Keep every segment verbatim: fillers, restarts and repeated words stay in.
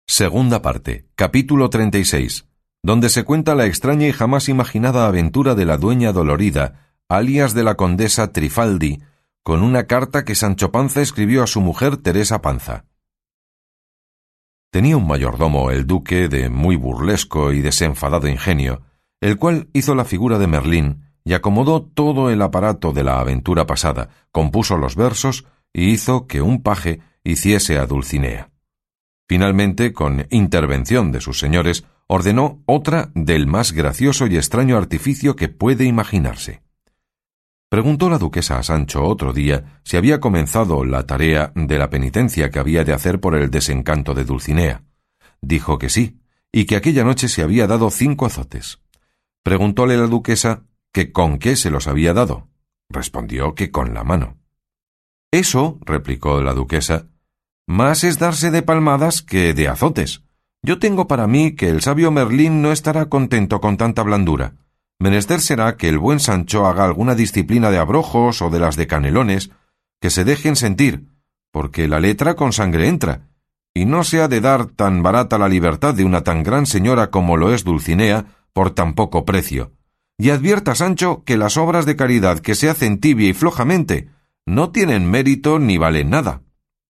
Segunda parte, capítulo treinta y seis, donde se cuenta la extraña y jamás imaginada aventura de la dueña Dolorida, alias de la condesa Trifaldi, con una carta que Sancho Panza escribió a su mujer Teresa Panza. Tenía un mayordomo, el duque, de muy burlesco y desenfadado ingenio, el cual hizo la figura de Merlín y acomodó todo el aparato de la aventura pasada, compuso los versos y hizo que un paje hiciese a Dulcinea. Finalmente, con intervención de sus señores, ordenó otra del más gracioso y extraño artificio que puede imaginarse. Preguntó la duquesa a Sancho otro día si había comenzado la tarea de la penitencia que había de hacer por el desencanto de Dulcinea. Dijo que sí, y que aquella noche se había dado cinco azotes. Preguntóle la duquesa que con qué se los había dado. Respondió que con la mano. «Eso», replicó la duquesa, «más es darse de palmadas que de azotes. Yo tengo para mí que el sabio Merlín no estará contento con tanta blandura. Menester será que el buen Sancho haga alguna disciplina de abrojos o de las de canelones, que se dejen sentir, porque la letra con sangre entra, y no se ha de dar tan barata la libertad de una tan gran señora como lo es Dulcinea por tan poco precio. Y advierta Sancho que las obras de caridad que se hacen tibia y flojamente no tienen mérito ni valen nada».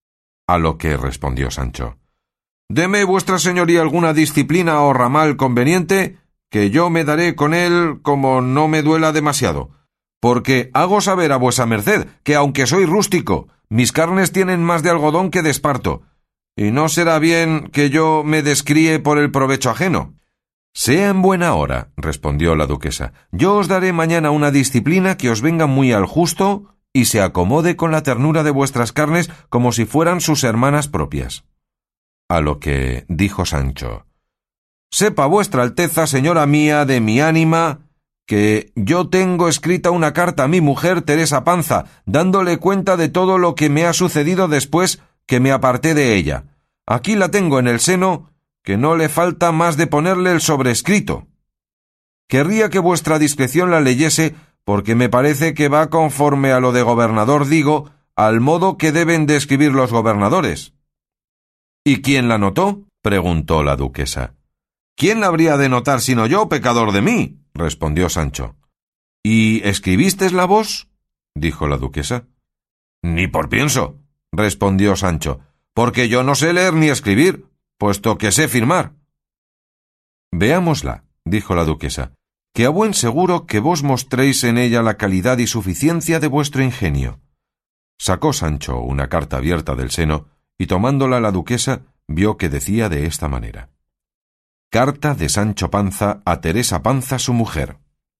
A lo que respondió Sancho: «Deme vuestra señoría alguna disciplina o ramal conveniente, que yo me daré con él como no me duela demasiado, porque hago saber a vuesa merced que aunque soy rústico, mis carnes tienen más de algodón que de esparto, y no será bien que yo me descríe por el provecho ajeno». «Sea en buena hora», respondió la duquesa, «yo os daré mañana una disciplina que os venga muy al justo y se acomode con la ternura de vuestras carnes como si fueran sus hermanas propias». A lo que dijo Sancho: «Sepa vuestra alteza, señora mía, de mi ánima, que yo tengo escrita una carta a mi mujer Teresa Panza, dándole cuenta de todo lo que me ha sucedido después que me aparté de ella. Aquí la tengo en el seno, que no le falta más de ponerle el sobrescrito. Querría que vuestra discreción la leyese, porque me parece que va conforme a lo de gobernador digo, al modo que deben de escribir los gobernadores». «¿Y quién la notó?», preguntó la duquesa. «¿Quién la habría de notar sino yo, pecador de mí?», respondió Sancho. «¿Y escribistes la vos?», dijo la duquesa. «Ni por pienso», respondió Sancho, «porque yo no sé leer ni escribir, puesto que sé firmar». «Veámosla», dijo la duquesa, «que a buen seguro que vos mostréis en ella la calidad y suficiencia de vuestro ingenio». Sacó Sancho una carta abierta del seno, y tomándola la duquesa vio que decía de esta manera: «Carta de Sancho Panza a Teresa Panza su mujer.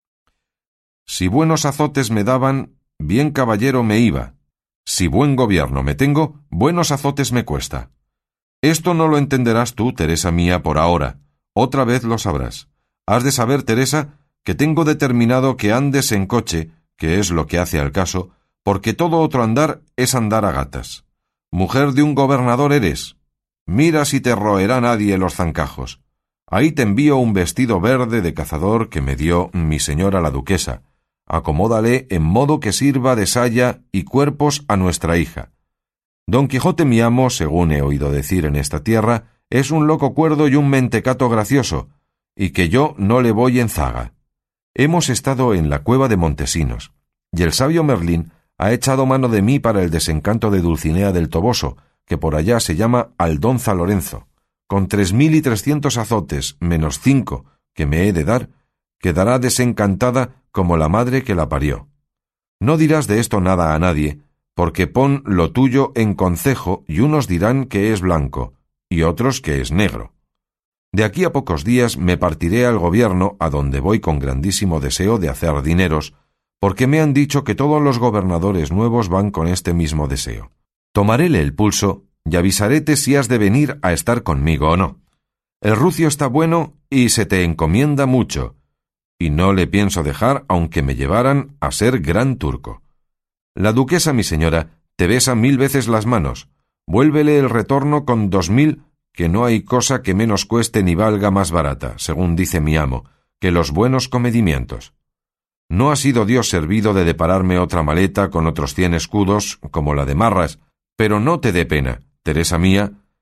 Si buenos azotes me daban, bien caballero me iba. Si buen gobierno me tengo, buenos azotes me cuesta. Esto no lo entenderás tú, Teresa mía, por ahora. Otra vez lo sabrás. Has de saber, Teresa, que tengo determinado que andes en coche, que es lo que hace al caso, porque todo otro andar es andar a gatas. Mujer de un gobernador eres. Mira si te roerá nadie los zancajos. Ahí te envío un vestido verde de cazador que me dio mi señora la duquesa. Acomódale en modo que sirva de saya y cuerpos a nuestra hija. Don Quijote mi amo, según he oído decir en esta tierra, es un loco cuerdo y un mentecato gracioso, y que yo no le voy en zaga. Hemos estado en la cueva de Montesinos, y el sabio Merlín ha echado mano de mí para el desencanto de Dulcinea del Toboso, que por allá se llama Aldonza Lorenzo. Con tres mil y trescientos azotes, menos cinco que me he de dar, quedará desencantada como la madre que la parió. No dirás de esto nada a nadie, porque pon lo tuyo en concejo y unos dirán que es blanco, y otros que es negro. De aquí a pocos días me partiré al gobierno, a donde voy con grandísimo deseo de hacer dineros, porque me han dicho que todos los gobernadores nuevos van con este mismo deseo. Tomaréle el pulso y avisaréte si has de venir a estar conmigo o no. El rucio está bueno y se te encomienda mucho, y no le pienso dejar aunque me llevaran a ser gran turco. La duquesa, mi señora, te besa mil veces las manos. Vuélvele el retorno con dos mil, que no hay cosa que menos cueste ni valga más barata, según dice mi amo, que los buenos comedimientos. No ha sido Dios servido de depararme otra maleta con otros cien escudos, como la de Marras, pero no te dé pena, Teresa mía,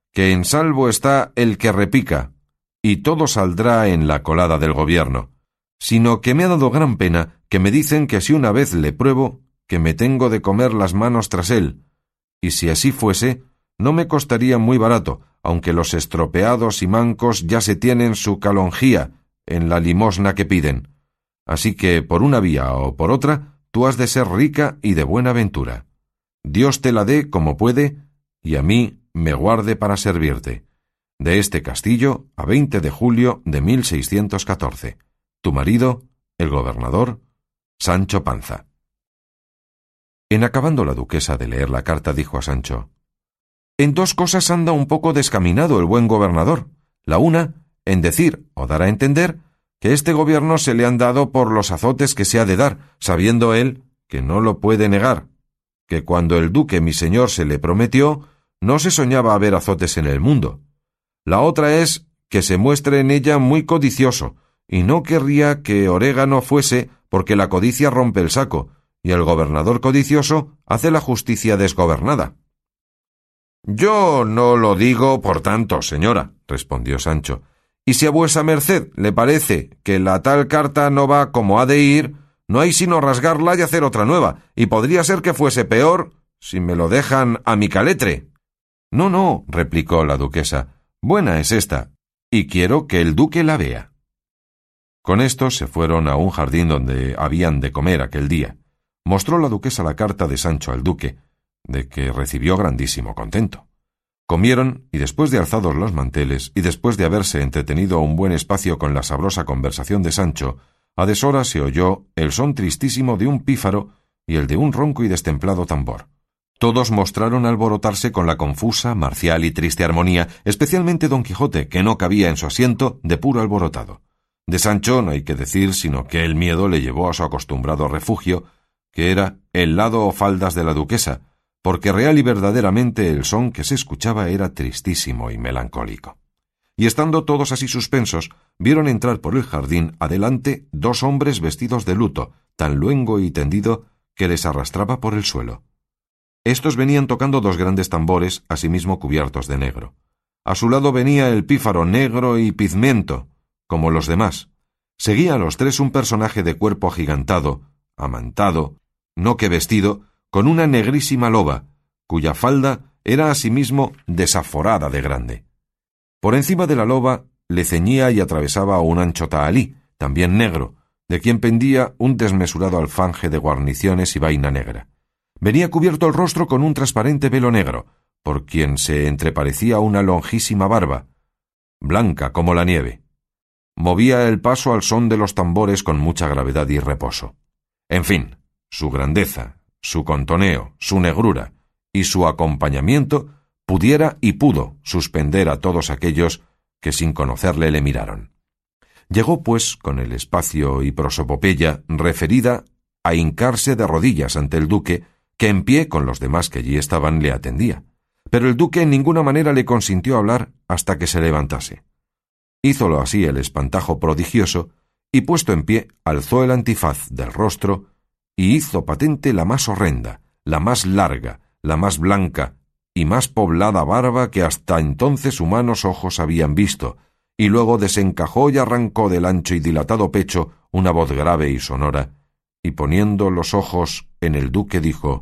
que en salvo está el que repica, y todo saldrá en la colada del gobierno, sino que me ha dado gran pena que me dicen que si una vez le pruebo, que me tengo de comer las manos tras él, y si así fuese, no me costaría muy barato, aunque los estropeados y mancos ya se tienen su calonjía en la limosna que piden. Así que, por una vía o por otra, tú has de ser rica y de buena ventura. Dios te la dé como puede, y a mí me guarde para servirte. De este castillo, a veinte de julio de mil seiscientos catorce. Tu marido, el gobernador, Sancho Panza. En acabando la duquesa de leer la carta, dijo a Sancho: En dos cosas anda un poco descaminado el buen gobernador. La una, en decir o dar a entender que este gobierno se le han dado por los azotes que se ha de dar, sabiendo él, que no lo puede negar, que cuando el duque mi señor se le prometió, no se soñaba haber azotes en el mundo. La otra es que se muestre en ella muy codicioso, y no querría que orégano fuese, porque la codicia rompe el saco, y el gobernador codicioso hace la justicia desgobernada. Yo no lo digo por tanto, señora, respondió Sancho, y si a vuesa merced le parece que la tal carta no va como ha de ir, no hay sino rasgarla y hacer otra nueva, y podría ser que fuese peor si me lo dejan a mi caletre. No, no, replicó la duquesa, buena es esta, y quiero que el duque la vea. Con esto se fueron a un jardín donde habían de comer aquel día. Mostró la duquesa la carta de Sancho al duque, de que recibió grandísimo contento. Comieron, y después de alzados los manteles, y después de haberse entretenido un buen espacio con la sabrosa conversación de Sancho, a deshora se oyó el son tristísimo de un pífaro y el de un ronco y destemplado tambor. Todos mostraron alborotarse con la confusa, marcial y triste armonía, especialmente don Quijote, que no cabía en su asiento de puro alborotado. De Sancho no hay que decir sino que el miedo le llevó a su acostumbrado refugio, que era el lado o faldas de la duquesa, porque real y verdaderamente el son que se escuchaba era tristísimo y melancólico. Y estando todos así suspensos, vieron entrar por el jardín adelante dos hombres vestidos de luto, tan luengo y tendido que les arrastraba por el suelo. Estos venían tocando dos grandes tambores, asimismo cubiertos de negro. A su lado venía el pífaro negro y pizmiento, como los demás. Seguía a los tres un personaje de cuerpo agigantado, amantado, no que vestido, con una negrísima loba, cuya falda era asimismo desaforada de grande. Por encima de la loba le ceñía y atravesaba un ancho tahalí, también negro, de quien pendía un desmesurado alfanje de guarniciones y vaina negra. Venía cubierto el rostro con un transparente velo negro, por quien se entreparecía una longísima barba, blanca como la nieve. Movía el paso al son de los tambores con mucha gravedad y reposo. En fin, su grandeza, su contoneo, su negrura y su acompañamiento pudiera y pudo suspender a todos aquellos que sin conocerle le miraron. Llegó, pues, con el espacio y prosopopeya referida a hincarse de rodillas ante el duque, que en pie con los demás que allí estaban le atendía. Pero el duque en ninguna manera le consintió hablar hasta que se levantase. Hízolo así el espantajo prodigioso, y puesto en pie, alzó el antifaz del rostro, y hizo patente la más horrenda, la más larga, la más blanca y más poblada barba que hasta entonces humanos ojos habían visto, y luego desencajó y arrancó del ancho y dilatado pecho una voz grave y sonora, y poniendo los ojos en el duque dijo: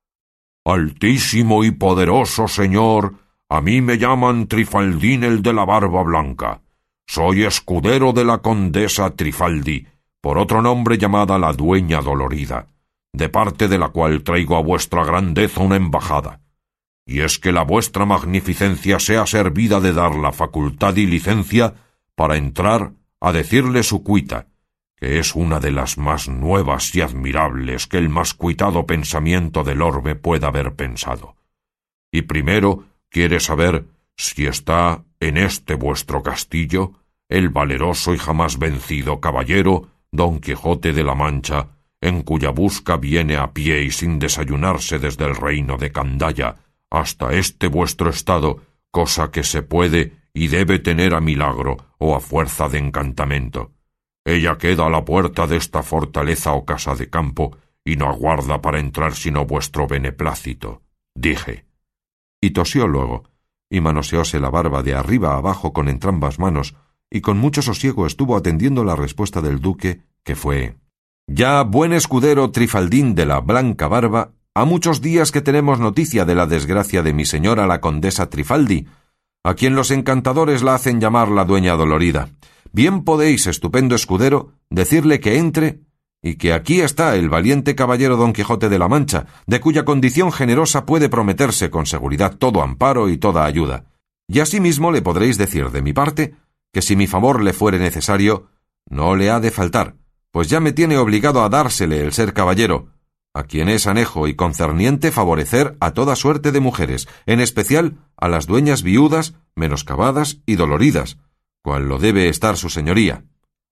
«Altísimo y poderoso señor, a mí me llaman Trifaldín el de la barba blanca. Soy escudero de la condesa Trifaldi, por otro nombre llamada la dueña dolorida, de parte de la cual traigo a vuestra grandeza una embajada. Y es que la vuestra magnificencia sea servida de dar la facultad y licencia para entrar a decirle su cuita, que es una de las más nuevas y admirables que el más cuitado pensamiento del orbe pueda haber pensado. Y primero quiere saber si está en este vuestro castillo el valeroso y jamás vencido caballero Don Quijote de la Mancha, en cuya busca viene a pie y sin desayunarse desde el reino de Candaya hasta este vuestro estado, cosa que se puede y debe tener a milagro o a fuerza de encantamento. Ella queda a la puerta de esta fortaleza o casa de campo, y no aguarda para entrar sino vuestro beneplácito, dije. Y tosió luego, y manoseóse la barba de arriba a abajo con entrambas manos, y con mucho sosiego estuvo atendiendo la respuesta del duque, que fue: «Ya, buen escudero Trifaldín de la Blanca Barba, ha muchos días que tenemos noticia de la desgracia de mi señora la condesa Trifaldi, a quien los encantadores la hacen llamar la dueña dolorida. Bien podéis, estupendo escudero, decirle que entre, y que aquí está el valiente caballero Don Quijote de la Mancha, de cuya condición generosa puede prometerse con seguridad todo amparo y toda ayuda. Y asimismo le podréis decir de mi parte, que si mi favor le fuere necesario, no le ha de faltar, pues ya me tiene obligado a dársele el ser caballero, a quien es anejo y concerniente favorecer a toda suerte de mujeres, en especial a las dueñas viudas, menoscabadas y doloridas, cual lo debe estar su señoría».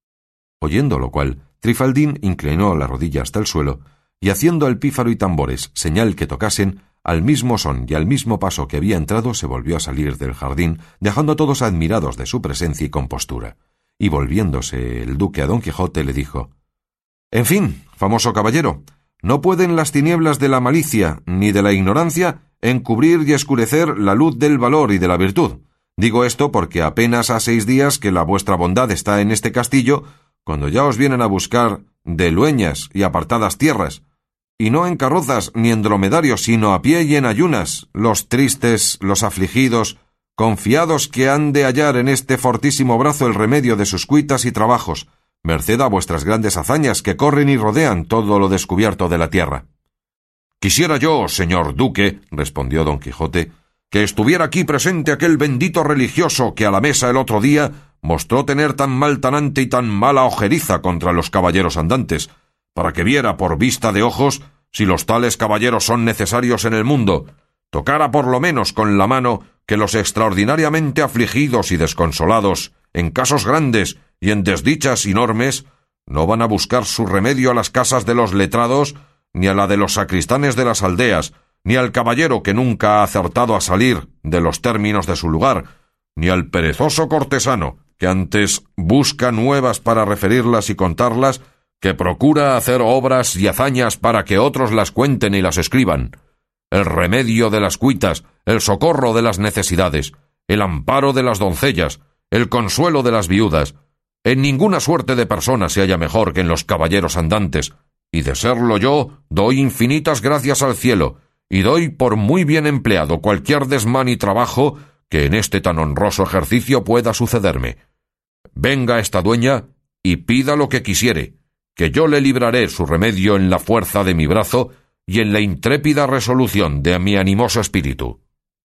Oyendo lo cual, Trifaldín inclinó la rodilla hasta el suelo, y haciendo al pífaro y tambores señal que tocasen, al mismo son y al mismo paso que había entrado se volvió a salir del jardín, dejando a todos admirados de su presencia y compostura. Y volviéndose el duque a Don Quijote le dijo: «En fin, famoso caballero, no pueden las tinieblas de la malicia ni de la ignorancia encubrir y escurecer la luz del valor y de la virtud. Digo esto porque apenas ha seis días que la vuestra bondad está en este castillo, cuando ya os vienen a buscar de lueñas y apartadas tierras, y no en carrozas ni en dromedarios, sino a pie y en ayunas, los tristes, los afligidos, confiados que han de hallar en este fortísimo brazo el remedio de sus cuitas y trabajos, merced a vuestras grandes hazañas que corren y rodean todo lo descubierto de la tierra». «Quisiera yo, señor duque», respondió Don Quijote, «que estuviera aquí presente aquel bendito religioso que a la mesa el otro día mostró tener tan mal tanante y tan mala ojeriza contra los caballeros andantes, para que viera por vista de ojos si los tales caballeros son necesarios en el mundo, tocara por lo menos con la mano que los extraordinariamente afligidos y desconsolados, en casos grandes y en desdichas enormes, no van a buscar su remedio a las casas de los letrados, ni a la de los sacristanes de las aldeas, ni al caballero que nunca ha acertado a salir de los términos de su lugar, ni al perezoso cortesano, que antes busca nuevas para referirlas y contarlas, que procura hacer obras y hazañas para que otros las cuenten y las escriban. El remedio de las cuitas, el socorro de las necesidades, el amparo de las doncellas, el consuelo de las viudas. En ninguna suerte de persona se halla mejor que en los caballeros andantes, y de serlo yo, doy infinitas gracias al cielo, y doy por muy bien empleado cualquier desmán y trabajo que en este tan honroso ejercicio pueda sucederme. Venga esta dueña y pida lo que quisiere, que yo le libraré su remedio en la fuerza de mi brazo y en la intrépida resolución de mi animoso espíritu».